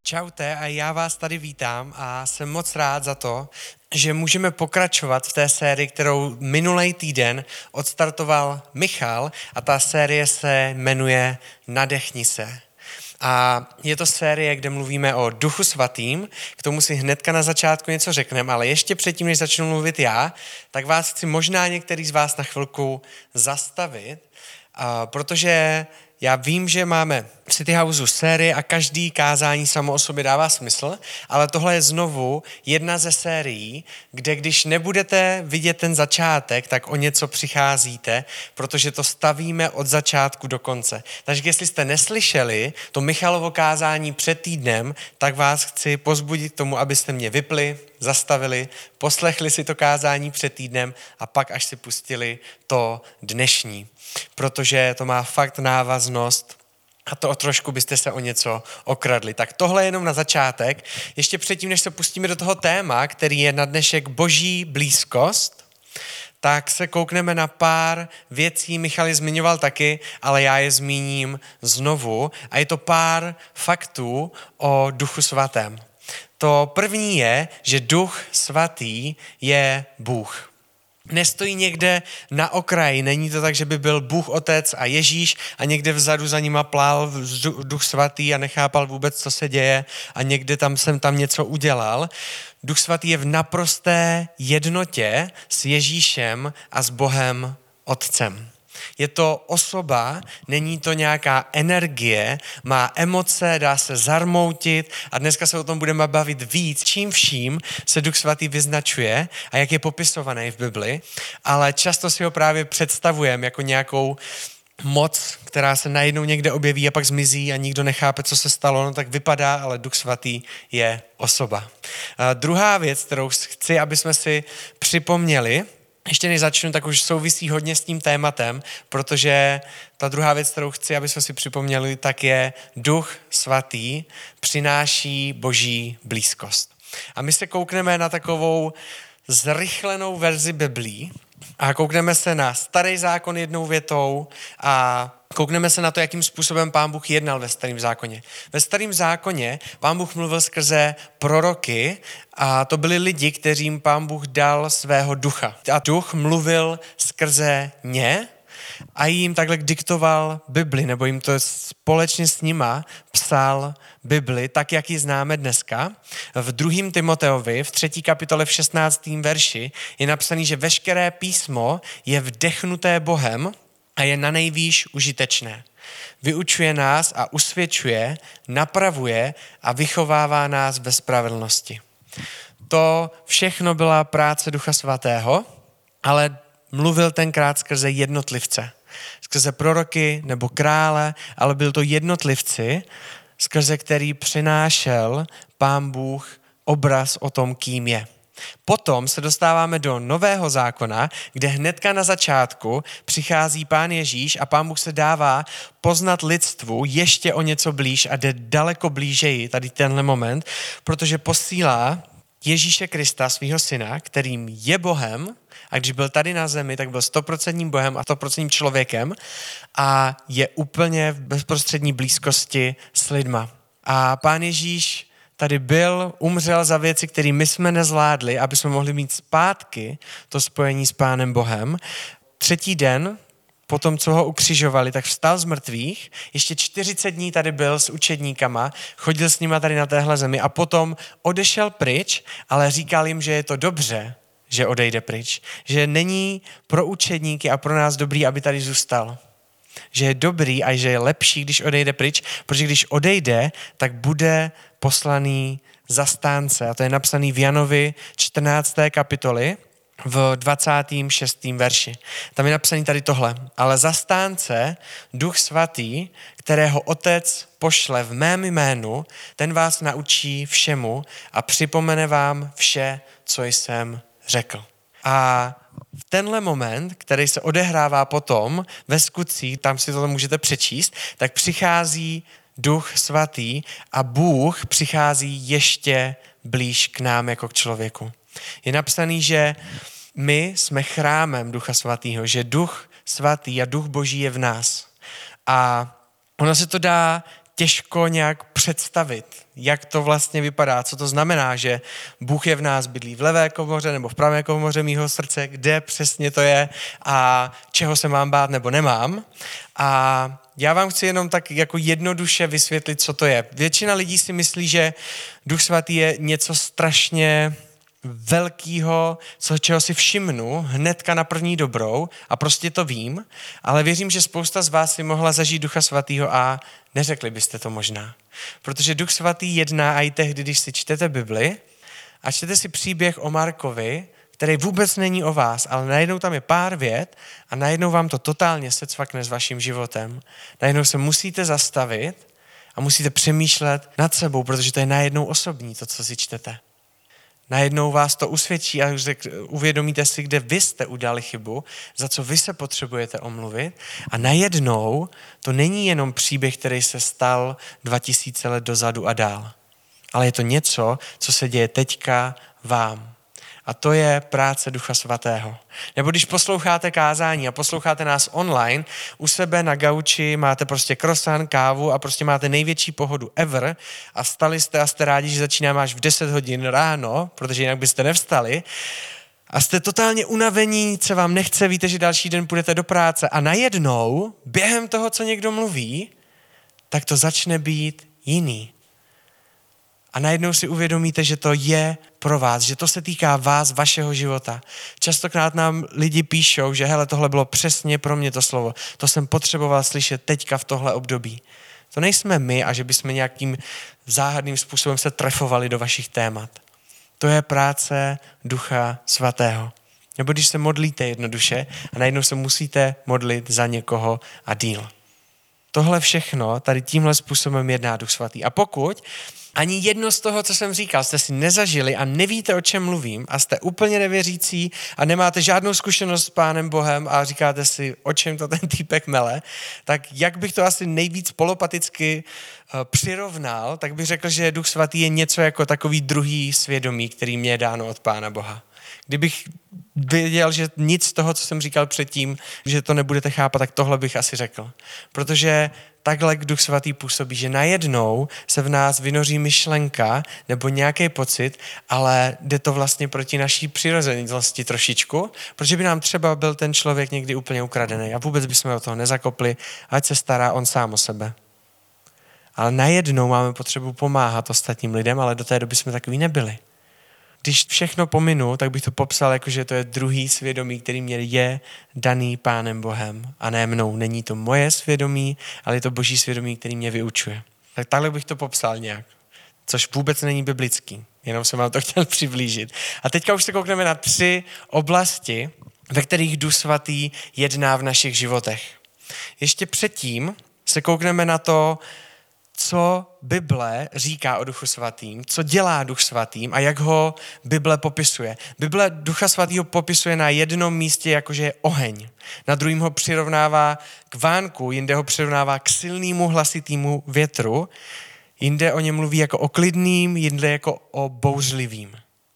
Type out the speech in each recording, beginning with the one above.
Čaute a já vás tady vítám a jsem moc rád za to, že můžeme pokračovat v té sérii, kterou minulý týden odstartoval Michal a ta série se jmenuje Nadechni se. A je to série, kde mluvíme o Duchu svatým, k tomu si hnedka na začátku něco řekneme, ale ještě předtím, než začnu mluvit já, tak vás chci možná některý z vás na chvilku zastavit, protože já vím, že máme v City Houseu série a každý kázání samo o sobě dává smysl, ale tohle je znovu jedna ze sérií, kde když nebudete vidět ten začátek, tak o něco přicházíte, protože to stavíme od začátku do konce. Takže jestli jste neslyšeli to Michalovo kázání před týdnem, tak vás chci pozbudit k tomu, abyste mě vypli, zastavili, poslechli si to kázání před týdnem a pak až si pustili to dnešní. Protože to má fakt návaznost a to o trošku byste se o něco okradli. Tak tohle je jenom na začátek. Ještě předtím, než se pustíme do toho téma, který je na dnešek Boží blízkost, tak se koukneme na pár věcí, Michal je zmiňoval taky, ale já je zmíním znovu a je to pár faktů o Duchu svatém. To první je, že Duch svatý je Bůh. Nestojí někde na okraji, není to tak, že by byl Bůh Otec a Ježíš a někde vzadu za nima plál Duch svatý a nechápal vůbec, co se děje a někde jsem tam něco udělal. Duch svatý je v naprosté jednotě s Ježíšem a s Bohem Otcem. Je to osoba, není to nějaká energie, má emoce, dá se zarmoutit a dneska se o tom budeme bavit víc, čím vším se Duch svatý vyznačuje a jak je popisovaný v Bibli, ale často si ho právě představujeme jako nějakou moc, která se najednou někde objeví a pak zmizí a nikdo nechápe, co se stalo, no tak vypadá, ale Duch svatý je osoba. A druhá věc, kterou chci, aby jsme si připomněli, ještě než začnu, tak už souvisí hodně s tím tématem, protože ta druhá věc, kterou chci, aby jsme si připomněli, tak je Duch svatý přináší Boží blízkost. A my se koukneme na takovou zrychlenou verzi Biblí a koukneme se na Starý zákon jednou větou a koukneme se na to, jakým způsobem Pán Bůh jednal ve Starém zákoně. Ve Starém zákoně Pán Bůh mluvil skrze proroky a to byli lidi, kterým Pán Bůh dal svého ducha. A duch mluvil skrze ně a jim takhle diktoval Bibli, nebo jim to společně s nima psal Bibli, tak jak ji známe dneska. V 2. Timoteovi, v 3. kapitole v 16. verši je napsaný, že veškeré písmo je vdechnuté Bohem a je na nejvýš užitečné. Vyučuje nás a usvědčuje, napravuje a vychovává nás ve spravedlnosti. To všechno byla práce Ducha svatého, ale mluvil tenkrát skrze jednotlivce. Skrze proroky nebo krále, ale byl to jednotlivci, skrze který přinášel Pán Bůh obraz o tom, kým je. Potom se dostáváme do Nového zákona, kde hnedka na začátku přichází Pán Ježíš a Pán Bůh se dává poznat lidstvu ještě o něco blíž a jde daleko blížeji tady tenhle moment, protože posílá Ježíše Krista, svého syna, kterým je Bohem, a když byl tady na zemi, tak byl 100% Bohem a 100% člověkem a je úplně v bezprostřední blízkosti s lidma. A Pán Ježíš tady byl, umřel za věci, které my jsme nezvládli, aby jsme mohli mít zpátky to spojení s Pánem Bohem. 3. den, potom co ho ukřižovali, tak vstal z mrtvých, ještě 40 dní tady byl s učedníkama, chodil s nima tady na téhle zemi a potom odešel pryč, ale říkal jim, že je to dobře, že odejde pryč, že není pro učedníky a pro nás dobrý, aby tady zůstal. Že je dobrý a že je lepší, když odejde pryč, protože když odejde, tak bude poslaný zastánce. A to je napsaný v Janovi 14. kapitoli v 26. verši. Tam je napsaný tady tohle. Ale zastánce, Duch svatý, kterého Otec pošle v mém jménu, ten vás naučí všemu a připomene vám vše, co jsem řekl. A v tenhle moment, který se odehrává potom ve skutcích, tam si to můžete přečíst, tak přichází Duch svatý a Bůh přichází ještě blíž k nám jako k člověku. Je napsaný, že my jsme chrámem Ducha svatého, že Duch svatý a Duch Boží je v nás. A ono se to dá těžko nějak představit, jak to vlastně vypadá, co to znamená, že Bůh je v nás, bydlí v levé komoře nebo v pravé komoře mýho srdce, kde přesně to je a čeho se mám bát nebo nemám. A já vám chci jenom tak jako jednoduše vysvětlit, co to je. Většina lidí si myslí, že Duch Svatý je něco strašně velkýho, čeho si všimnu hnedka na první dobrou a prostě to vím, ale věřím, že spousta z vás si mohla zažít Ducha Svatýho a neřekli byste to možná. Protože Duch Svatý jedná i tehdy, když si čtete Bibli a čtete si příběh o Markovi, který vůbec není o vás, ale najednou tam je pár vět a najednou vám to totálně secvakne s vaším životem. Najednou se musíte zastavit a musíte přemýšlet nad sebou, protože to je najednou osobní, to, co si čtete. Najednou vás to usvědčí a uvědomíte si, kde vy jste udělali chybu, za co vy se potřebujete omluvit. A najednou to není jenom příběh, který se stal 2000 let dozadu a dál. Ale je to něco, co se děje teďka vám. A to je práce Ducha Svatého. Nebo když posloucháte kázání a posloucháte nás online, u sebe na gauči máte prostě croissant, kávu a prostě máte největší pohodu ever a vstali jste a jste rádi, že začínáme až v 10 hodin ráno, protože jinak byste nevstali. A jste totálně unavení, nic se vám nechce, víte, že další den půjdete do práce a najednou, během toho, co někdo mluví, tak to začne být jiný. A najednou si uvědomíte, že to je pro vás, že to se týká vás, vašeho života. Častokrát nám lidi píšou, že hele, tohle bylo přesně pro mě to slovo. To jsem potřeboval slyšet teďka v tohle období. To nejsme my a že bychom nějakým záhadným způsobem se trefovali do vašich témat. To je práce Ducha Svatého. Nebo když se modlíte jednoduše a najednou se musíte modlit za někoho a díl. Tohle všechno tady tímhle způsobem jedná Duch Svatý. A pokud ani jedno z toho, co jsem říkal, jste si nezažili a nevíte, o čem mluvím a jste úplně nevěřící a nemáte žádnou zkušenost s Pánem Bohem a říkáte si, o čem to ten týpek mele, tak jak bych to asi nejvíc polopaticky přirovnal, tak bych řekl, že Duch Svatý je něco jako takový druhý svědomí, který mě je dáno od Pána Boha. Kdybych věděl, že nic z toho, co jsem říkal předtím, že to nebudete chápat, tak tohle bych asi řekl. Protože takhle Duch Svatý působí, že najednou se v nás vynoří myšlenka nebo nějaký pocit, ale jde to vlastně proti naší přirozenosti trošičku, protože by nám třeba byl ten člověk někdy úplně ukradený a vůbec bychom o toho nezakopli, ať se stará on sám o sebe. Ale najednou máme potřebu pomáhat ostatním lidem, ale do té doby jsme takový nebyli. Když všechno pominu, tak bych to popsal jako, že to je druhý svědomí, který mě je daný Pánem Bohem a ne mnou. Není to moje svědomí, ale je to Boží svědomí, který mě vyučuje. Tak takhle bych to popsal nějak, což vůbec není biblický, jenom jsem vám to chtěl přiblížit. A teďka už se koukneme na 3 oblasti, ve kterých Duch Svatý jedná v našich životech. Ještě předtím se koukneme na to, co Bible říká o Duchu Svatým, co dělá Duch Svatým a jak ho Bible popisuje. Bible Ducha Svatýho popisuje na jednom místě, jakože je oheň. Na druhém ho přirovnává k vánku, jinde ho přirovnává k silnému hlasitému větru, jinde o něm mluví jako o klidným, jinde jako o bouřlivým.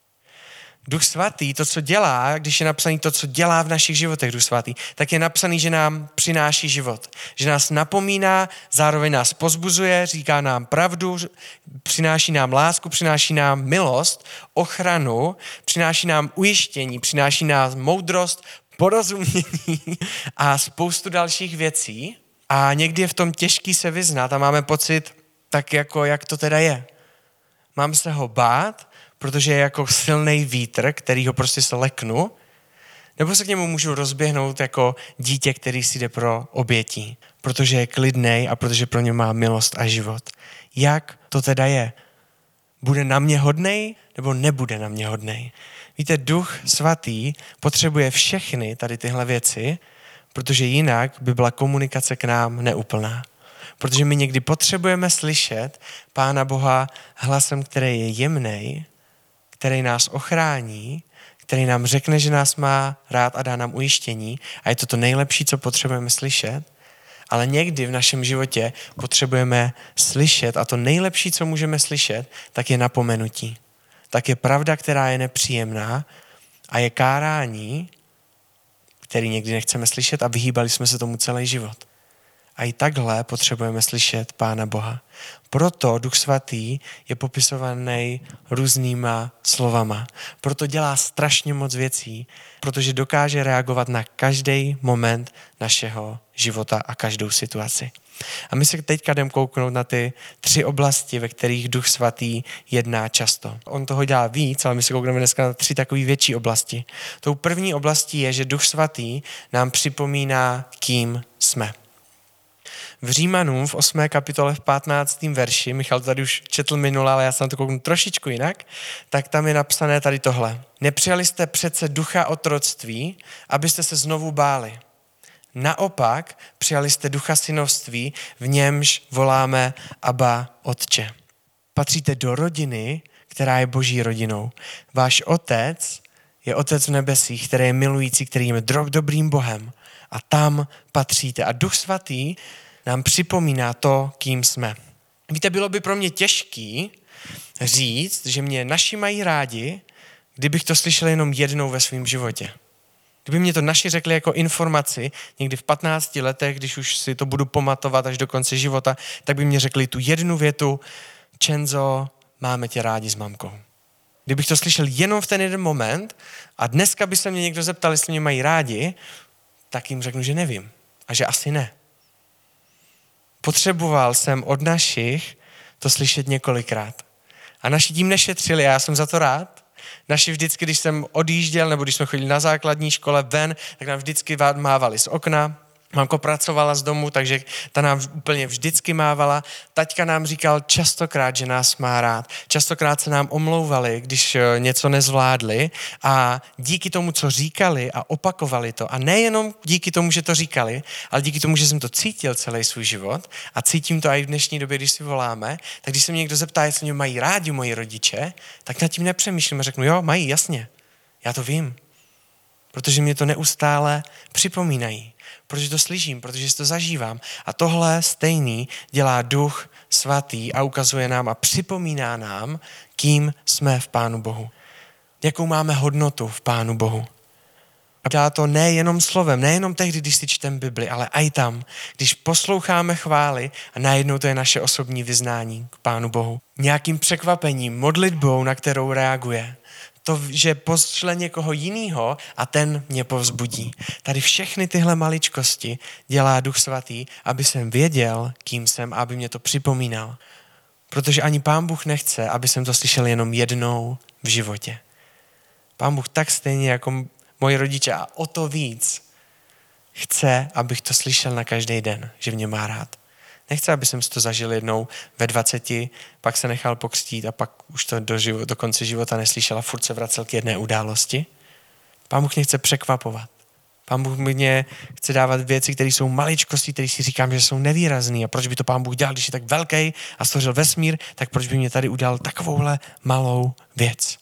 Duch Svatý, to, co dělá, když je napsaný to, co dělá v našich životech Duch Svatý, tak je napsaný, že nám přináší život. Že nás napomíná, zároveň nás pozbuzuje, říká nám pravdu, přináší nám lásku, přináší nám milost, ochranu, přináší nám ujištění, přináší nám moudrost, porozumění a spoustu dalších věcí. A někdy je v tom těžký se vyznat a máme pocit, tak jako jak to teda je. Mám se ho bát, protože je jako silný vítr, který ho prostě se leknu, nebo se k němu můžu rozběhnout jako dítě, který si jde pro obětí, protože je klidnej a protože pro ně má milost a život. Jak to teda je? Bude na mě hodnej, nebo nebude na mě hodnej? Víte, Duch Svatý potřebuje všechny tady tyhle věci, protože jinak by byla komunikace k nám neúplná. Protože my někdy potřebujeme slyšet Pána Boha hlasem, který je jemnej, který nás ochrání, který nám řekne, že nás má rád a dá nám ujištění a je to to nejlepší, co potřebujeme slyšet, ale někdy v našem životě potřebujeme slyšet a to nejlepší, co můžeme slyšet, tak je napomenutí. Tak je pravda, která je nepříjemná a je kárání, který někdy nechceme slyšet a vyhýbali jsme se tomu celý život. A i takhle potřebujeme slyšet Pána Boha. Proto Duch Svatý je popisovaný různýma slovama. Proto dělá strašně moc věcí, protože dokáže reagovat na každý moment našeho života a každou situaci. A my se teďka jdeme kouknout na ty 3 oblasti, ve kterých Duch Svatý jedná často. On toho dělá víc, ale my se koukneme dneska na 3 takové větší oblasti. Tou první oblastí je, že Duch Svatý nám připomíná, kým jsme. V Římanům v 8. kapitole v 15. verši, Michal to tady už četl minule, ale já se na to kouknu trošičku jinak, tak tam je napsané tady tohle. Nepřijali jste přece ducha otroctví, abyste se znovu báli. Naopak přijali jste ducha synovství, v němž voláme Abba, Otče. Patříte do rodiny, která je Boží rodinou. Váš otec je Otec v nebesích, který je milující, který je dobrým Bohem. A tam patříte. A Duch Svatý nám připomíná to, kým jsme. Víte, bylo by pro mě těžký říct, že mě naši mají rádi, kdybych to slyšel jenom jednou ve svém životě. Kdyby mě to naši řekli jako informaci, někdy v 15 letech, když už si to budu pamatovat až do konce života, tak by mě řekli tu jednu větu: Čenzo, máme tě rádi s mamkou. Kdybych to slyšel jenom v ten jeden moment a dneska by se mě někdo zeptal, jestli mě mají rádi, tak jim řeknu, že nevím a že asi ne. Potřeboval jsem od našich to slyšet několikrát. A naši tím nešetřili a já jsem za to rád. Naši vždycky, když jsem odjížděl nebo když jsme chodili na základní škole ven, tak nám vždycky mávali z okna. Mamko pracovala z domu, takže ta nám úplně vždycky mávala. Taťka nám říkal častokrát, že nás má rád. Častokrát se nám omlouvali, když něco nezvládli a díky tomu, co říkali a opakovali to. A nejenom díky tomu, že to říkali, ale díky tomu, že jsem to cítil celý svůj život a cítím to i v dnešní době, když si voláme, tak když se mě někdo zeptá, jestli mě mají rádi moji rodiče, tak nad tím nepřemýšlím a řeknu, jo, mají, jasně, já to vím. Protože mě to neustále připomínají. Protože to slyším, protože si to zažívám. A tohle stejný dělá Duch Svatý a ukazuje nám a připomíná nám, kým jsme v Pánu Bohu. Jakou máme hodnotu v Pánu Bohu. A dělá to nejenom slovem, nejenom tehdy, když si čteme Bibli, ale i tam, když posloucháme chvály a najednou to je naše osobní vyznání k Pánu Bohu. Nějakým překvapením, modlitbou, na kterou reaguje. To, že pošle někoho jinýho a ten mě povzbudí. Tady všechny tyhle maličkosti dělá Duch Svatý, aby jsem věděl, kým jsem a aby mě to připomínal. Protože ani Pán Bůh nechce, aby jsem to slyšel jenom jednou v životě. Pán Bůh tak stejně jako moji rodiče a o to víc chce, abych to slyšel na každý den, že mě má rád. Nechce, aby jsem si to zažil jednou ve 20, pak se nechal pokřtít a pak už to do konce života neslyšel a furt se vracel k jedné události. Pán Bůh mě chce překvapovat. Pán Bůh mě chce dávat věci, které jsou maličkosti, které si říkám, že jsou nevýrazný. A proč by to Pán Bůh dělal, když je tak velký a stvořil vesmír, tak proč by mě tady udělal takovouhle malou věc.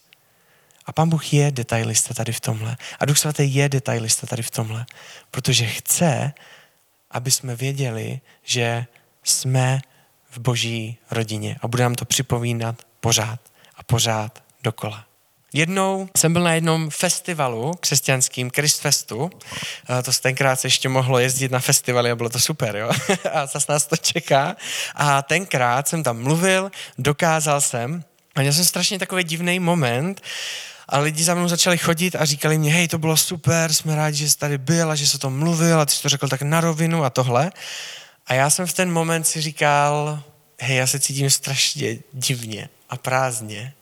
A Pán Bůh je detailista tady v tomhle. A Duch Svatý je detailista tady v tomhle. Protože chce, aby jsme věděli, že jsme v Boží rodině a bude nám to připomínat pořád a pořád dokola. Jednou jsem byl na jednom festivalu křesťanským, Christfestu. To se tenkrát se ještě mohlo jezdit na festivaly a bylo to super, jo? A zase nás to čeká. A tenkrát jsem tam mluvil, dokázal jsem a měl jsem strašně takový divný moment a lidi za mnou začali chodit a říkali mě, hej, to bylo super, jsme rádi, že jsi tady byl a že jsi o tom mluvil a ty jsi to řekl tak na rovinu a tohle. A já jsem v ten moment si říkal, hej, já se cítím strašně divně a prázdně.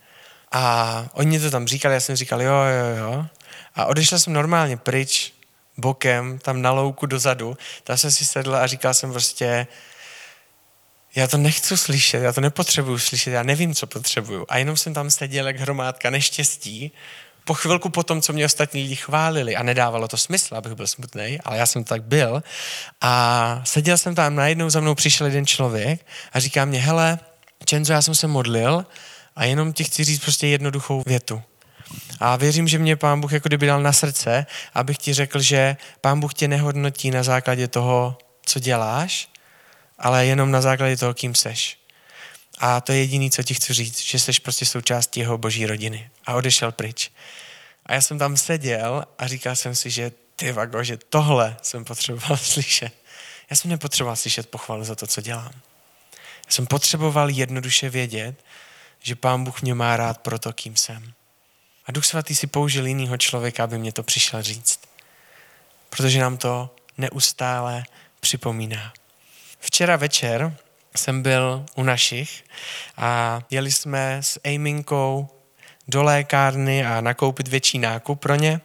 A oni to tam říkali, já jsem říkal, jo. A odešel jsem normálně pryč, bokem, tam na louku dozadu. Tam jsem si sedl a říkal jsem prostě, já to nechci slyšet, já to nepotřebuju slyšet, já nevím, co potřebuju. A jenom jsem tam seděl jak hromádka neštěstí. Po chvilku potom, co mě ostatní lidi chválili a nedávalo to smysl, abych byl smutnej, ale já jsem tak byl. A seděl jsem tam, najednou za mnou přišel jeden člověk a říká mě, hele, Čenzo, já jsem se modlil a jenom ti chci říct prostě jednoduchou větu. A věřím, že mě Pán Bůh jako kdyby dal na srdce, abych ti řekl, že Pán Bůh tě nehodnotí na základě toho, co děláš, ale jenom na základě toho, kým seš. A to je jediné, co ti chci říct, že jsi prostě součástí jeho Boží rodiny. A odešel pryč. A já jsem tam seděl a říkal jsem si, že ty vago, že tohle jsem potřeboval slyšet. Já jsem nepotřeboval slyšet pochvalu za to, co dělám. Já jsem potřeboval jednoduše vědět, že Pán Bůh mě má rád proto, kým jsem. A Duch Svatý si použil jinýho člověka, aby mě to přišel říct. Protože nám to neustále připomíná. Včera večer jsem byl u našich a jeli jsme s Ejminkou do lékárny a nakoupit větší nákup pro ně.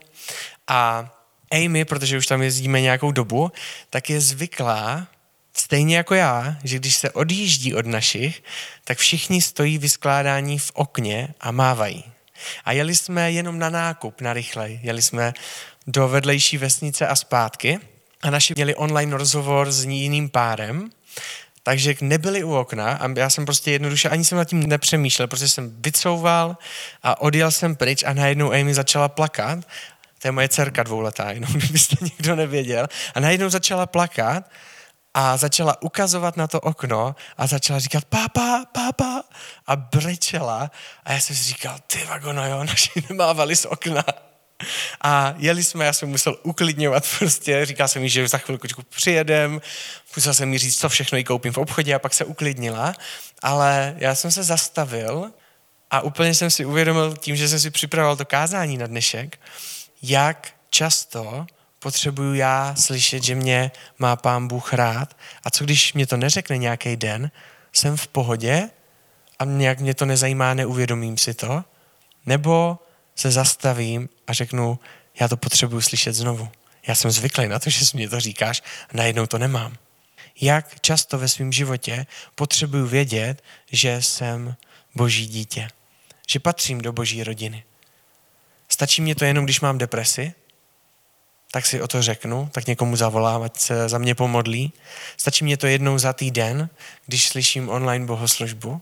A Amy, protože už tam jezdíme nějakou dobu, tak je zvyklá, stejně jako já, že když se odjíždí od našich, tak všichni stojí vyskládání v okně a mávají. A jeli jsme jenom na nákup, na rychlej. Jeli jsme do vedlejší vesnice a zpátky a naši měli online rozhovor s jiným párem, takže nebyli u okna a já jsem prostě jednoduše, ani jsem nad tím nepřemýšlel, protože jsem vycouval a odjel jsem pryč a najednou Amy začala plakat. To je moje dcerka 2letá, jenom kdybyste někdo nevěděl. A najednou začala plakat a začala ukazovat na to okno a začala říkat pápa a brečela. A já jsem si říkal, ty vagono, jo, naši nemávali z okna. A jeli jsme, já jsem musel uklidňovat prostě, říkal jsem jí, že za chvilku přijedem, musel jsem jí říct, co všechno jí koupím v obchodě a pak se uklidnila, ale já jsem se zastavil a úplně jsem si uvědomil tím, že jsem si připravoval to kázání na dnešek, jak často potřebuju já slyšet, že mě má Pán Bůh rád a co když mě to neřekne nějaký den, jsem v pohodě a nějak mě to nezajímá, neuvědomím si to, nebo se zastavím a řeknu, já to potřebuju slyšet znovu. Já jsem zvyklý na to, že si mě to říkáš a najednou to nemám. Jak často ve svém životě potřebuju vědět, že jsem Boží dítě, že patřím do Boží rodiny. Stačí mě to jenom, když mám depresi, tak si o to řeknu, tak někomu zavolám, ať se za mě pomodlí. Stačí mě to jednou za týden, když slyším online bohoslužbu.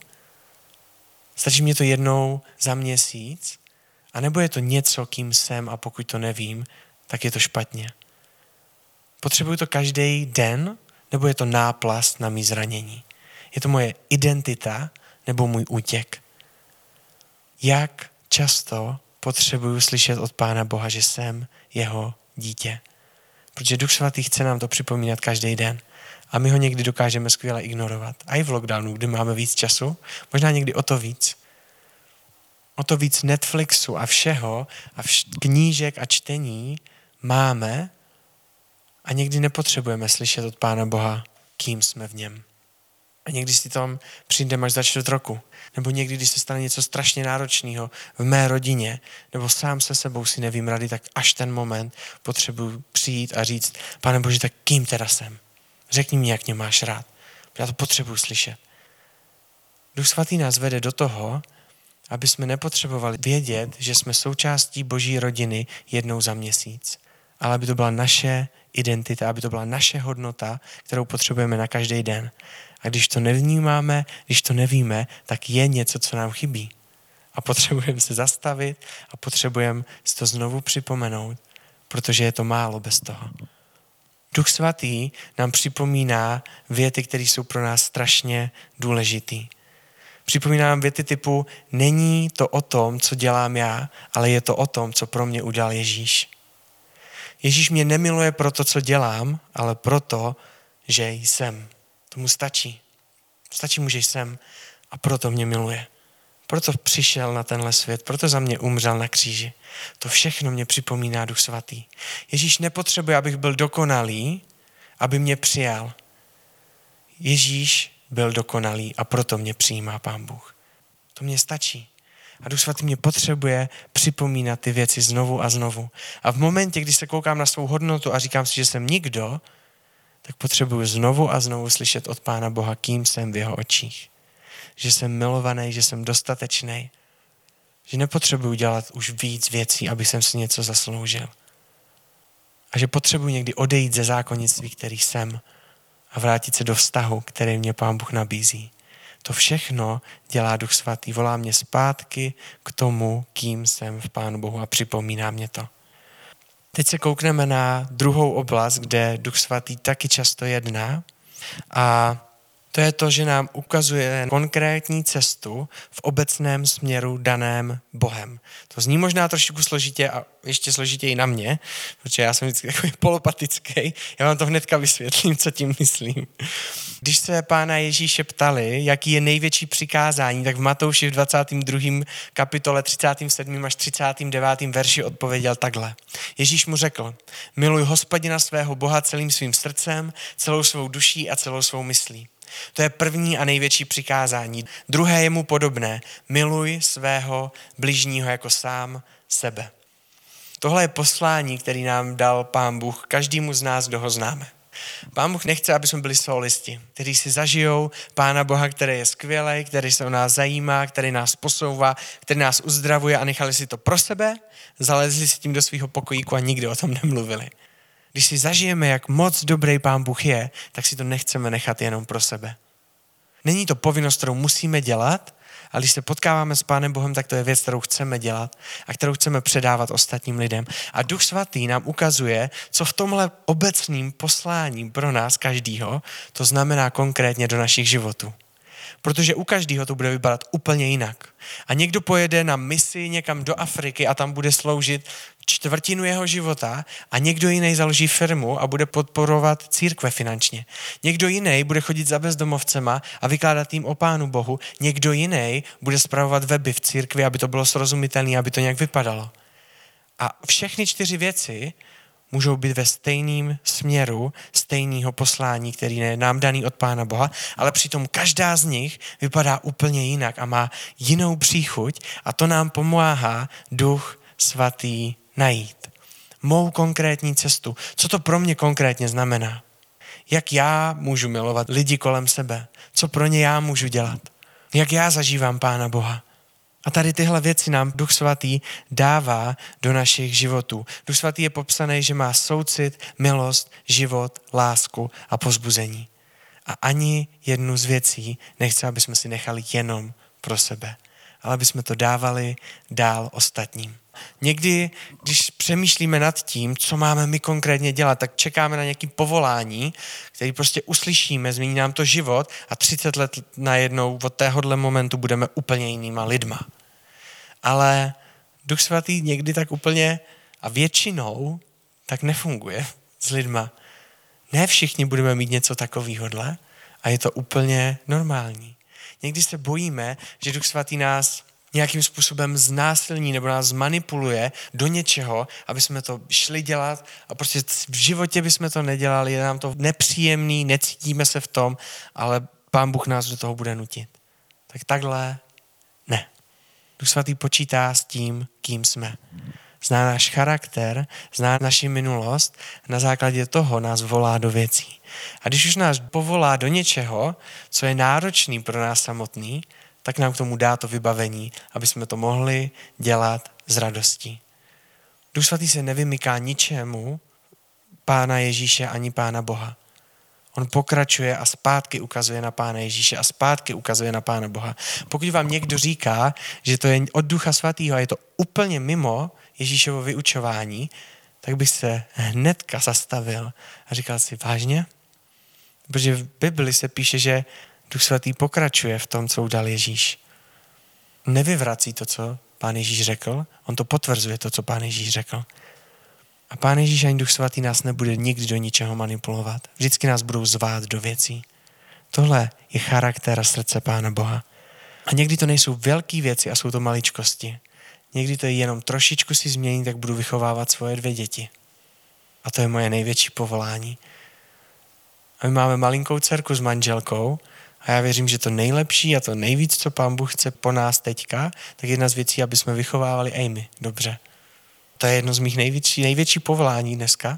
Stačí mě to jednou za měsíc, a nebo je to něco, kým jsem a pokud to nevím, tak je to špatně. Potřebuju to každý den, nebo je to náplast na mý zranění? Je to moje identita nebo můj útěk? Jak často potřebuju slyšet od Pána Boha, že jsem jeho dítě? Protože Duch Svatý chce nám to připomínat každý den. A my ho někdy dokážeme skvěle ignorovat. A i v lockdownu, kdy máme víc času, možná někdy o to víc. O to víc Netflixu a všeho a knížek a čtení máme a někdy nepotřebujeme slyšet od Pána Boha, kým jsme v něm. A někdy si tam přijdeme až za 4 roku. Nebo někdy, když se stane něco strašně náročného v mé rodině, nebo sám se sebou si nevím rady, tak až ten moment potřebuji přijít a říct, Pane Bože, tak kým teda jsem? Řekni mi, jak mě máš rád. Já to potřebuji slyšet. Duch Svatý nás vede do toho, aby jsme nepotřebovali vědět, že jsme součástí Boží rodiny jednou za měsíc, ale aby to byla naše identita, aby to byla naše hodnota, kterou potřebujeme na každý den. A když to nevnímáme, když to nevíme, tak je něco, co nám chybí. A potřebujeme se zastavit a potřebujeme si to znovu připomenout, protože je to málo bez toho. Duch Svatý nám připomíná věty, které jsou pro nás strašně důležitý. Připomíná nám věty typu, není to o tom, co dělám já, ale je to o tom, co pro mě udělal Ježíš. Ježíš mě nemiluje pro to, co dělám, ale proto, že jsem. Tomu stačí. Stačí mu, že jsem a proto mě miluje. Proto přišel na tenhle svět, proto za mě umřel na kříži. To všechno mě připomíná Duch Svatý. Ježíš nepotřebuje, abych byl dokonalý, aby mě přijal. Ježíš byl dokonalý a proto mě přijímá Pán Bůh. To mě stačí. A Duch Svatý mě potřebuje připomínat ty věci znovu a znovu. A v momentě, kdy se koukám na svou hodnotu a říkám si, že jsem nikdo, tak potřebuji znovu a znovu slyšet od Pána Boha, kým jsem v jeho očích. Že jsem milovaný, že jsem dostatečný. Že nepotřebuji dělat už víc věcí, aby jsem si něco zasloužil. A že potřebuji někdy odejít ze zákonnictví, který jsem, a vrátit se do vztahu, který mě Pán Bůh nabízí. To všechno dělá Duch Svatý. Volá mě zpátky k tomu, kým jsem v Pánu Bohu a připomíná mě to. Teď se koukneme na druhou oblast, kde Duch Svatý taky často jedná a To je to, že nám ukazuje konkrétní cestu v obecném směru daném Bohem. To zní možná trošku složitě a ještě složitěji na mě, protože já jsem vždycky takový polopatický. Já vám to hnedka vysvětlím, co tím myslím. Když se Pána Ježíše ptali, jaký je největší přikázání, tak v Matouši v 22. kapitole 37. až 39. verši odpověděl takhle. Ježíš mu řekl, miluj Hospodina svého Boha celým svým srdcem, celou svou duší a celou svou myslí. To je první a největší přikázání. Druhé je mu podobné. Miluj svého bližního jako sám sebe. Tohle je poslání, který nám dal Pán Bůh každému z nás, kdo ho známe. Pán Bůh nechce, aby jsme byli solisti, kteří si zažijou Pána Boha, který je skvělý, který se o nás zajímá, který nás posouvá, který nás uzdravuje a nechali si to pro sebe, zalezli si tím do svého pokojíku a nikdy o tom nemluvili. Když si zažijeme, jak moc dobrý Pán Bůh je, tak si to nechceme nechat jenom pro sebe. Není to povinnost, kterou musíme dělat, ale když se potkáváme s Pánem Bohem, tak to je věc, kterou chceme dělat a kterou chceme předávat ostatním lidem. A Duch Svatý nám ukazuje, co v tomhle obecným poslání pro nás každýho, to znamená konkrétně do našich životů. Protože u každého to bude vypadat úplně jinak. A někdo pojede na misi někam do Afriky a tam bude sloužit čtvrtinu jeho života a někdo jiný založí firmu a bude podporovat církve finančně. Někdo jiný bude chodit za bezdomovcema a vykládat jim o Pánu Bohu. Někdo jiný bude spravovat weby v církvi, aby to bylo srozumitelné, aby to nějak vypadalo. A všechny 4 věci můžou být ve stejném směru, stejného poslání, který je nám daný od Pána Boha, ale přitom každá z nich vypadá úplně jinak a má jinou příchuť a to nám pomáhá Duch Svatý najít. Mou konkrétní cestu. Co to pro mě konkrétně znamená? Jak já můžu milovat lidi kolem sebe? Co pro ně já můžu dělat? Jak já zažívám Pána Boha? A tady tyhle věci nám Duch Svatý dává do našich životů. Duch Svatý je popsaný, že má soucit, milost, život, lásku a povzbuzení. A ani jednu z věcí nechce, aby jsme si nechali jenom pro sebe, ale aby jsme to dávali dál ostatním. Někdy, když přemýšlíme nad tím, co máme my konkrétně dělat, tak čekáme na nějaké povolání, který prostě uslyšíme, změní nám to život a 30 let najednou od téhohle momentu budeme úplně jinýma lidma. Ale Duch Svatý někdy tak úplně a většinou tak nefunguje s lidma. Ne všichni budeme mít něco takovýhodle a je to úplně normální. Někdy se bojíme, že Duch Svatý nás nějakým způsobem znásilní nebo nás zmanipuluje do něčeho, aby jsme to šli dělat a prostě v životě bychom to nedělali, je nám to nepříjemný, necítíme se v tom, ale Pán Bůh nás do toho bude nutit. Tak takhle ne. Duch Svatý počítá s tím, kým jsme. Zná náš charakter, zná naši minulost, na základě toho nás volá do věcí. A když už nás povolá do něčeho, co je náročný pro nás samotný, tak nám k tomu dá to vybavení, aby jsme to mohli dělat s radostí. Duch Svatý se nevymyká ničemu Pána Ježíše ani Pána Boha. On pokračuje a zpátky ukazuje na Pána Ježíše a zpátky ukazuje na Pána Boha. Pokud vám někdo říká, že to je od Ducha Svatého a je to úplně mimo Ježíšovo vyučování, tak bych se hnedka zastavil a říkal si, vážně? Protože v Bibli se píše, že Duch Svatý pokračuje v tom, co udal Ježíš. Nevyvrací to, co Pán Ježíš řekl, on to potvrzuje to, co Pán Ježíš řekl. A Pán Ježíš ani Duch Svatý nás nebude nikdy do ničeho manipulovat. Vždycky nás budou zvát do věcí. Tohle je charakter a srdce Pána Boha. A někdy to nejsou velké věci a jsou to maličkosti. Někdy to je jenom trošičku si změnit, tak budu vychovávat svoje 2 děti. A to je moje největší povolání. A my máme malinkou dcerku s manželkou a já věřím, že to nejlepší a to nejvíc, co Pán Bůh chce po nás teďka, tak jedna z věcí, aby jsme vychovávali Amy dobře. To je jedno z mých největší povolání dneska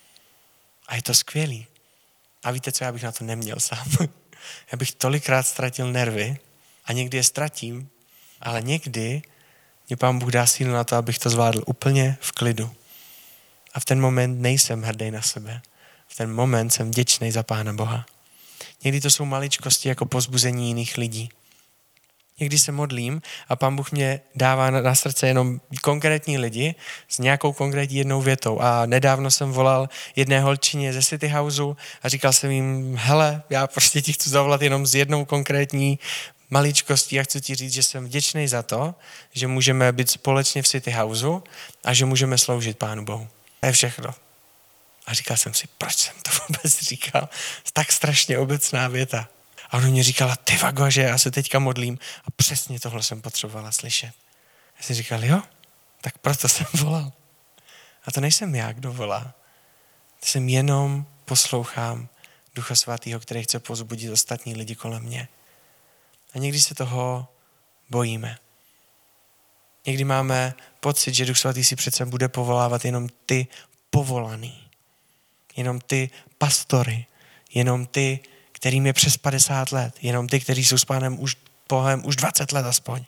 a je to skvělý. A víte co, já bych na to neměl sám. Já bych tolikrát ztratil nervy a někdy je ztratím, ale někdy mě Pán Bůh dá sílu na to, abych to zvládl úplně v klidu. A v ten moment nejsem hrdý na sebe. V ten moment jsem vděčný za Pána Boha. Někdy to jsou maličkosti jako povzbuzení jiných lidí. Někdy se modlím a Pán Bůh mě dává na srdce jenom konkrétní lidi s nějakou konkrétní jednou větou. A nedávno jsem volal jedné holčině ze City Houseu a říkal jsem jim, hele, já prostě ti chci zavolat jenom s jednou konkrétní maličkostí a chci ti říct, že jsem vděčný za to, že můžeme být společně v City Houseu a že můžeme sloužit Pánu Bohu. To je všechno. A říkal jsem si, proč jsem to vůbec říkal? Tak strašně obecná věta. A ona mě říkala, ty vago, že já se teďka modlím a přesně tohle jsem potřebovala slyšet. Já jsem říkal, jo, tak proto jsem volal. A to nejsem já, kdo volá. To jsem jenom poslouchám Ducha Svatého, který chce povzbudit ostatní lidi kolem mě. A někdy se toho bojíme. Někdy máme pocit, že Duch Svatý si přece bude povolávat jenom ty povolaný. Jenom ty pastory. Jenom ty, kterým je přes 50 let. Jenom ty, kteří jsou s Pánem Bohem už 20 let aspoň.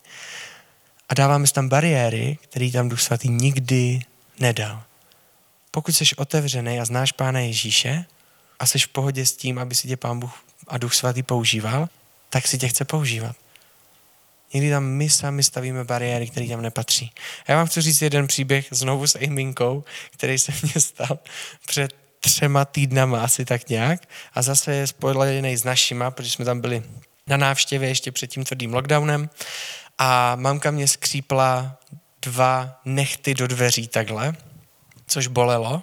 A dáváme tam bariéry, které tam Duch Svatý nikdy nedal. Pokud jsi otevřený a znáš Pána Ježíše a jsi v pohodě s tím, aby si tě Pán Bůh a Duch Svatý používal, tak si tě chce používat. Někdy tam my sami stavíme bariéry, které tam nepatří. A já vám chci říct jeden příběh znovu s Ejminkou, který se mně stal před 3 týdnama asi tak nějak a zase je spojený s našima, protože jsme tam byli na návštěvě ještě před tím tvrdým lockdownem a mamka mě skřípla 2 nehty do dveří takhle, což bolelo.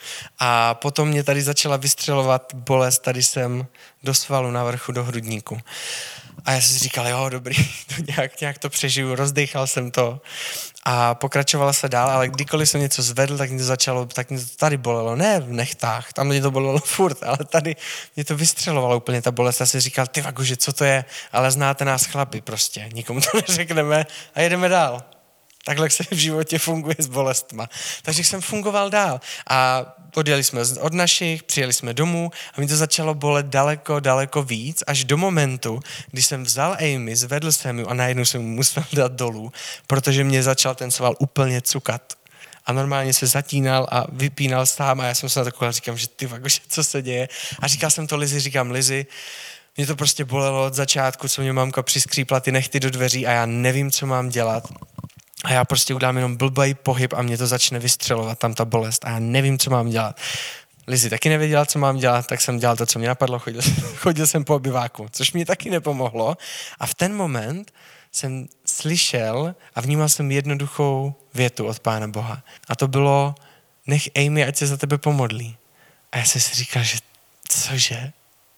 A potom mě tady začala vystřelovat bolest, tady jsem do svalu na vrchu, do hrudníku. A já jsem si říkal, jo, dobrý, to nějak to přežiju, rozdechal jsem to a pokračovala se dál, ale kdykoliv jsem něco zvedl, tak mě to tady bolelo, ne v nechtách, tam mě to bolelo furt, ale tady mě to vystřelovalo úplně ta bolest. Já jsem si říkal, ty vago, že co to je, ale znáte nás chlapi prostě, nikomu to neřekneme a jedeme dál. Takhle se v životě funguje s bolestma. Takže jsem fungoval dál a odjeli jsme od našich, přijeli jsme domů a mi to začalo bolet daleko víc, až do momentu, kdy jsem vzal Amy, zvedl jsem ji a najednou jsem mu musel dát dolů, protože mě začal ten sval úplně cukat. A normálně se zatínal a vypínal sám a já jsem se na to koukal a říkám, že ty vago, co se děje. A říkal jsem to Lizi, říkám Lizi, mě to prostě bolelo od začátku, co mě mamka přiskřípla ty nehty do dveří a já nevím, co mám dělat. A já prostě udělám jenom blbý pohyb a mě to začne vystřelovat, tam ta bolest a já nevím, co mám dělat. Lizi taky nevěděla, co mám dělat, tak jsem dělal to, co mě napadlo, chodil jsem po obyváku, což mi taky nepomohlo. A v ten moment jsem slyšel a vnímal jsem jednoduchou větu od Pána Boha. A to bylo, nech Amy, ať se za tebe pomodlí. A já jsem si říkal, že cože?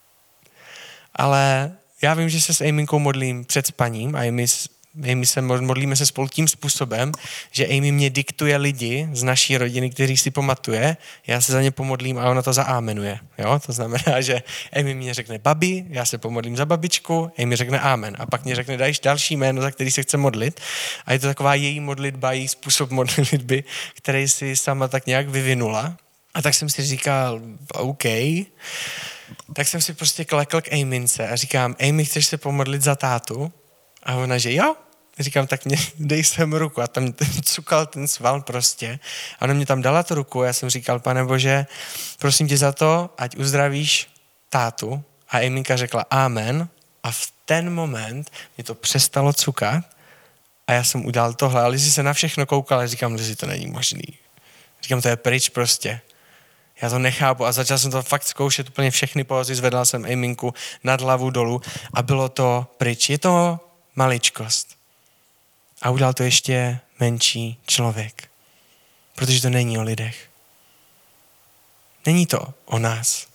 Ale já vím, že se s Amykou modlím před spaním a modlíme se spolu tím způsobem, že Amy mě diktuje lidi z naší rodiny, kteří si pamatuje, já se za ně pomodlím a ona to zaámenuje. Jo? To znamená, že Amy mě řekne babi, já se pomodlím za babičku, Amy řekne amen a pak mě řekne další jméno, za který se chce modlit a je to taková její modlitba, její způsob modlitby, který si sama tak nějak vyvinula. A tak jsem si říkal, OK, tak jsem si prostě klekl k Amince a říkám, Amy, chceš se pomodlit za tátu? A ona, že jo? Říkám, tak mě dej sem ruku. A tam cukal ten sval prostě. A ona mě tam dala tu ruku a já jsem říkal, Pane Bože, prosím tě za to, ať uzdravíš tátu. A Eminka řekla amen. A v ten moment mě to přestalo cukat a já jsem udělal tohle. A Lizi se na všechno koukala a říkám, Lizi, to není možný. Říkám, to je pryč prostě. Já to nechápu a začal jsem to fakt zkoušet úplně všechny pózy, zvedla jsem Eminku nad hlavu dolů a bylo to pryč. Je to maličkost. A udělal to ještě menší člověk. Protože to není o lidech. Není to o nás.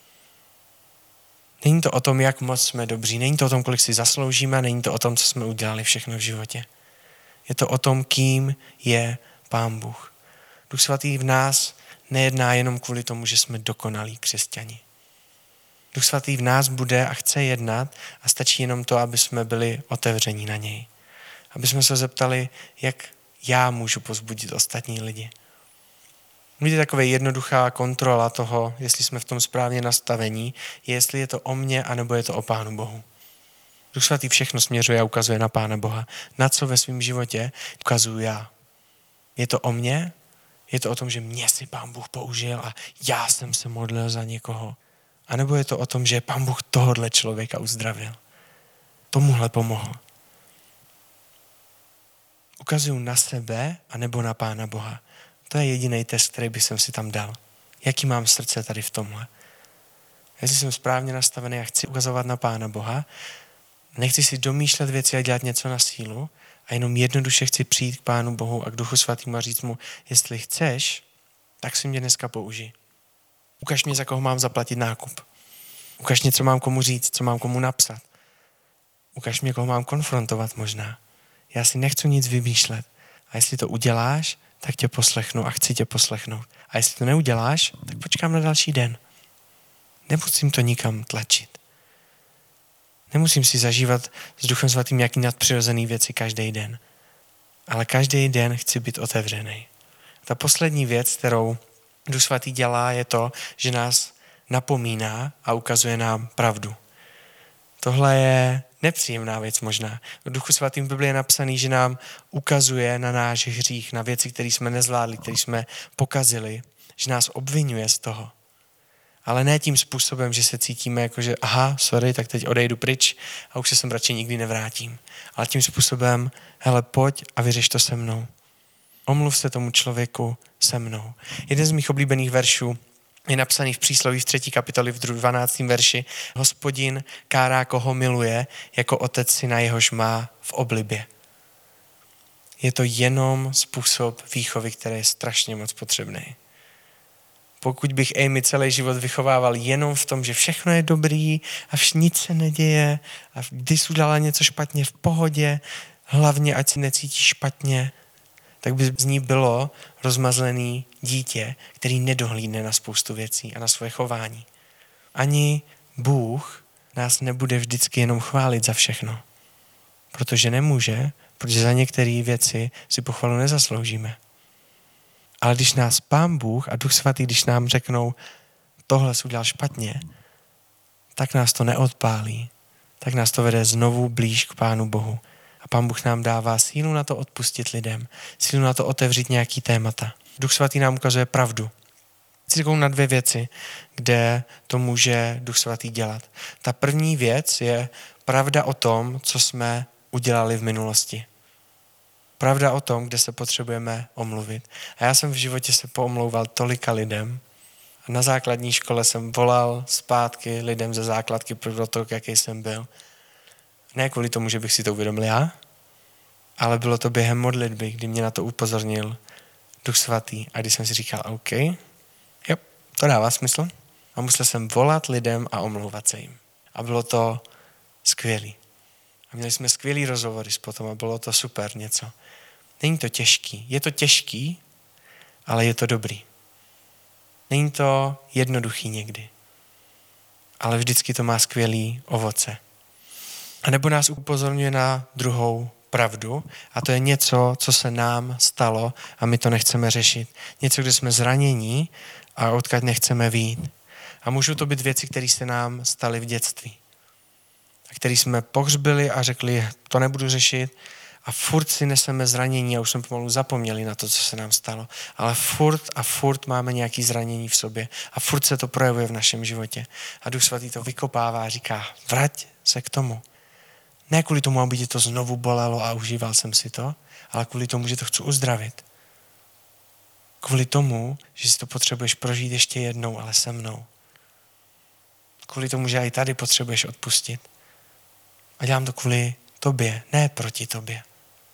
Není to o tom, jak moc jsme dobří. Není to o tom, kolik si zasloužíme. Není to o tom, co jsme udělali všechno v životě. Je to o tom, kým je Pán Bůh. Duch Svatý v nás nejedná jenom kvůli tomu, že jsme dokonalí křesťani. Duch Svatý v nás bude a chce jednat a stačí jenom to, aby jsme byli otevření na něj. Aby jsme se zeptali, jak já můžu povzbudit ostatní lidi. Víte, taková jednoduchá kontrola toho, jestli jsme v tom správně nastavení, je, jestli je to o mně, anebo je to o Pánu Bohu. Duch Svatý všechno směřuje a ukazuje na Pána Boha. Na co ve svém životě ukazuju já. Je to o mně? Je to o tom, že mě si Pán Bůh použil a já jsem se modlil za někoho? A nebo je to o tom, že Pán Bůh tohohle člověka uzdravil? Tomuhle pomohl. Ukazuju na sebe anebo na Pána Boha. To je jediný test, který bych si tam dal. Jaký mám srdce tady v tomhle? Jestli jsem správně nastavený a chci ukazovat na Pána Boha, nechci si domýšlet věci a dělat něco na sílu a jenom jednoduše chci přijít k Pánu Bohu a k Duchu Svatému a říct mu, jestli chceš, tak si mě dneska použij. Ukaž mě, za koho mám zaplatit nákup. Ukaž mě, co mám komu říct, co mám komu napsat. Ukaž mě, koho mám konfrontovat možná. Já si nechci nic vymýšlet. A jestli to uděláš, tak tě poslechnu a chci tě poslechnout. A jestli to neuděláš, tak počkám na další den. Nemusím to nikam tlačit. Nemusím si zažívat s Duchem Svatým nějaký nadpřirozený věci každý den. Ale každý den chci být otevřený. Ta poslední věc, kterou Duch Svatý dělá, je to, že nás napomíná a ukazuje nám pravdu. Tohle je nepříjemná věc možná. V Duchu Svatým v Biblii je napsaný, že nám ukazuje na náš hřích, na věci, které jsme nezvládli, které jsme pokazili, že nás obvinuje z toho. Ale ne tím způsobem, že se cítíme jako, že aha, sorry, tak teď odejdu pryč a už se sem radši nikdy nevrátím. Ale tím způsobem, hele, pojď a vyřeš to se mnou. Omluv se tomu člověku se mnou. Jeden z mých oblíbených veršů je napsaný v Přísloví v 3. kapitoli v 12. verši. Hospodin kárá, koho miluje, jako otec syna, jehož má v oblibě. Je to jenom způsob výchovy, který je strašně moc potřebný. Pokud bych Amy celý život vychovával jenom v tom, že všechno je dobrý a nic se neděje a když jsi udělala něco špatně v pohodě, hlavně ať si necítíš špatně, tak by z ní bylo rozmazlený dítě, který nedohlídne na spoustu věcí a na svoje chování. Ani Bůh nás nebude vždycky jenom chválit za všechno. Protože nemůže, protože za některé věci si pochvalu nezasloužíme. Ale když nás Pán Bůh a Duch Svatý, když nám řeknou, tohle jsi udělal špatně, tak nás to neodpálí. Tak nás to vede znovu blíž k Pánu Bohu. A Pán Bůh nám dává sílu na to odpustit lidem, sílu na to otevřít nějaký témata. Duch Svatý nám ukazuje pravdu. Chci říkat na 2 věci, kde to může Duch Svatý dělat. Ta první věc je pravda o tom, co jsme udělali v minulosti. Pravda o tom, kde se potřebujeme omluvit. A já jsem v životě se poomlouval tolika lidem. A na základní škole jsem volal zpátky lidem ze základky pro to, jaký jsem byl. Ne kvůli tomu, že bych si to uvědomil já, ale bylo to během modlitby, kdy mě na to upozornil Duch Svatý. A když jsem si říkal, OK, jo, to dává smysl. A musel jsem volat lidem a omlouvat se jim. A bylo to skvělý. A měli jsme skvělý rozhovory potom a bylo to super něco. Není to těžký. Je to těžký, ale je to dobrý. Není to jednoduchý někdy. Ale vždycky to má skvělý ovoce. A nebo nás upozorňuje na druhou pravdu a to je něco, co se nám stalo a my to nechceme řešit. Něco, kde jsme zranění a odkud nechceme vyjít. A můžou to být věci, které se nám staly v dětství. A které jsme pohřbili a řekli, to nebudu řešit a furt si neseme zranění a už jsme pomalu zapomněli na to, co se nám stalo. Ale furt máme nějaké zranění v sobě a furt se to projevuje v našem životě. A Duch Svatý to vykopává a říká, vrať se k tomu. Ne kvůli tomu, aby tě to znovu bolelo a užíval jsem si to, ale kvůli tomu, že to chci uzdravit. Kvůli tomu, že si to potřebuješ prožít ještě jednou, ale se mnou. Kvůli tomu, že i tady potřebuješ odpustit. A dělám to kvůli tobě, ne proti tobě.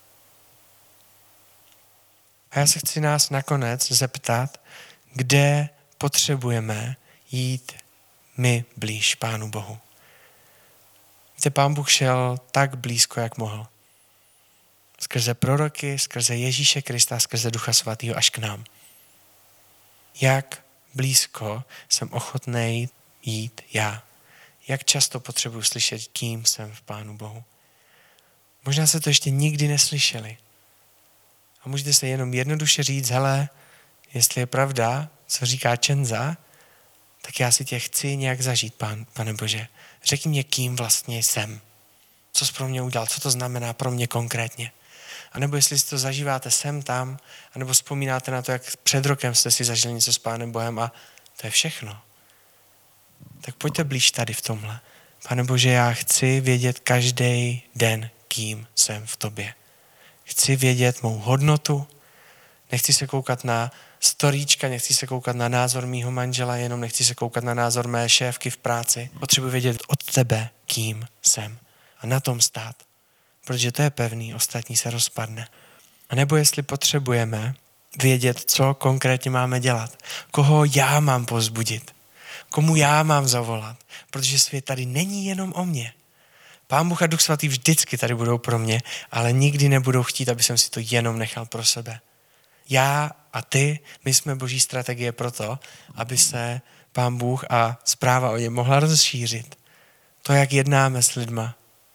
A já se chci nás nakonec zeptat, kde potřebujeme jít my blíž Pánu Bohu. Víte, Pán Bůh šel tak blízko, jak mohl. Skrze proroky, skrze Ježíše Krista, skrze Ducha Svatého až k nám. Jak blízko jsem ochotný jít já. Jak často potřebuji slyšet, kým jsem v Pánu Bohu. Možná se to ještě nikdy neslyšeli. A můžete se jenom jednoduše říct, hele, jestli je pravda, co říká Čenza, tak já si tě chci nějak zažít, Pane Bože. Řekni mě, kým vlastně jsem. Co jsi pro mě udělal, co to znamená pro mě konkrétně. A nebo jestli si to zažíváte sem, tam, anebo vzpomínáte na to, jak před rokem jste si zažili něco s Pánem Bohem a to je všechno. Tak pojďte blíž tady v tomhle. Pane Bože, já chci vědět každý den, kým jsem v tobě. Chci vědět mou hodnotu, nechci se koukat na storíčka, nechci se koukat na názor mýho manžela, jenom nechci se koukat na názor mé šéfky v práci. Potřebuji vědět od tebe, kým jsem a na tom stát, protože to je pevný, ostatní se rozpadne. A nebo jestli potřebujeme vědět, co konkrétně máme dělat, koho já mám povzbudit, komu já mám zavolat, protože svět tady není jenom o mně. Pán Bůh a Duch Svatý vždycky tady budou pro mě, ale nikdy nebudou chtít, aby jsem si to jenom nechal pro sebe. Já a ty, my jsme Boží strategie pro to, aby se Pán Bůh a zpráva o něm mohla rozšířit. To, jak jednáme s lidma.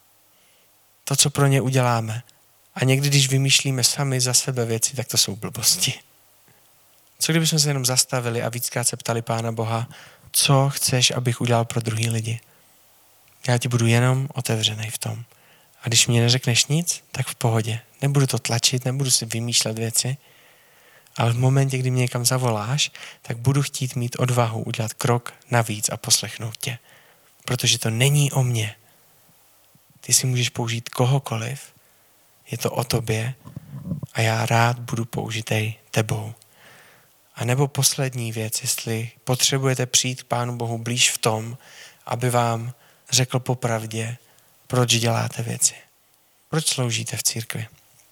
To, co pro ně uděláme. A někdy, když vymýšlíme sami za sebe věci, tak to jsou blbosti. Co kdybychom se jenom zastavili a víckrát se ptali Pána Boha, co chceš, abych udělal pro druhý lidi? Já ti budu jenom otevřený v tom. A když mě neřekneš nic, tak v pohodě. Nebudu to tlačit, nebudu si vymýšlet věci, ale v momentě, kdy mě někam zavoláš, tak budu chtít mít odvahu udělat krok navíc a poslechnout tě. Protože to není o mně. Ty si můžeš použít kohokoliv, je to o tobě a já rád budu použitej tebou. A nebo poslední věc, jestli potřebujete přijít k Pánu Bohu blíž v tom, aby vám řekl popravdě, proč děláte věci. Proč sloužíte v církvi?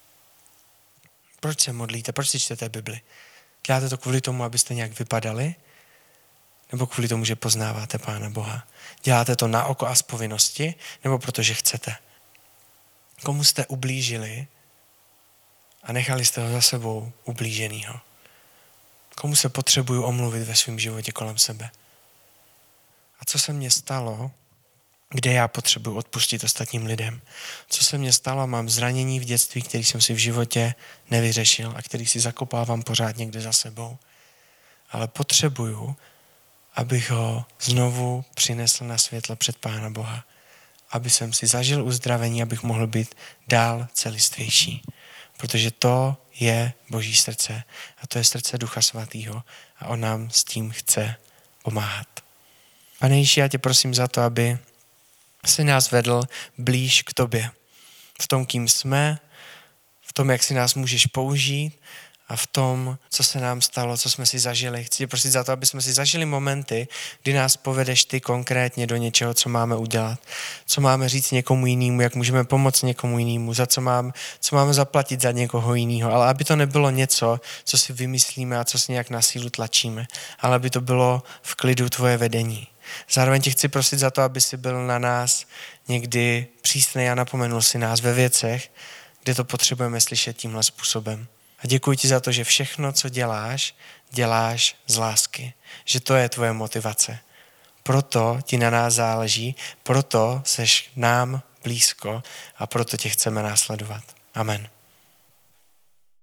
Proč se modlíte? Proč si čtete Bibli? Děláte to kvůli tomu, abyste nějak vypadali? Nebo kvůli tomu, že poznáváte Pána Boha? Děláte to na oko a z povinnosti? Nebo protože chcete? Komu jste ublížili a nechali jste ho za sebou ublíženýho? Komu se potřebuju omluvit ve svém životě kolem sebe? A co se mně stalo, kde já potřebuji odpustit ostatním lidem? Co se mně stalo? Mám zranění v dětství, který jsem si v životě nevyřešil a který si zakopávám pořád někde za sebou. Ale potřebuju, abych ho znovu přinesl na světlo před Pána Boha. Aby jsem si zažil uzdravení, abych mohl být dál celistvější. Protože to je Boží srdce a to je srdce Ducha Svatého a on nám s tím chce pomáhat. Pane Ježíši, já tě prosím za to, aby si nás vedl blíž k tobě. V tom, kým jsme, v tom, jak si nás můžeš použít a v tom, co se nám stalo, co jsme si zažili. Chci tě prosit za to, aby jsme si zažili momenty, kdy nás povedeš ty konkrétně do něčeho, co máme udělat, co máme říct někomu jinému, jak můžeme pomoct někomu jinému, co máme zaplatit za někoho jiného, ale aby to nebylo něco, co si vymyslíme a co si nějak na sílu tlačíme, ale aby to bylo v klidu tvoje vedení. Zároveň tě chci prosit za to, aby si byl na nás někdy přísnej a napomenul si nás ve věcech, kde to potřebujeme slyšet tímhle způsobem. A děkuji ti za to, že všechno, co děláš, děláš z lásky. Že to je tvoje motivace. Proto ti na nás záleží, proto seš nám blízko a proto tě chceme následovat. Amen.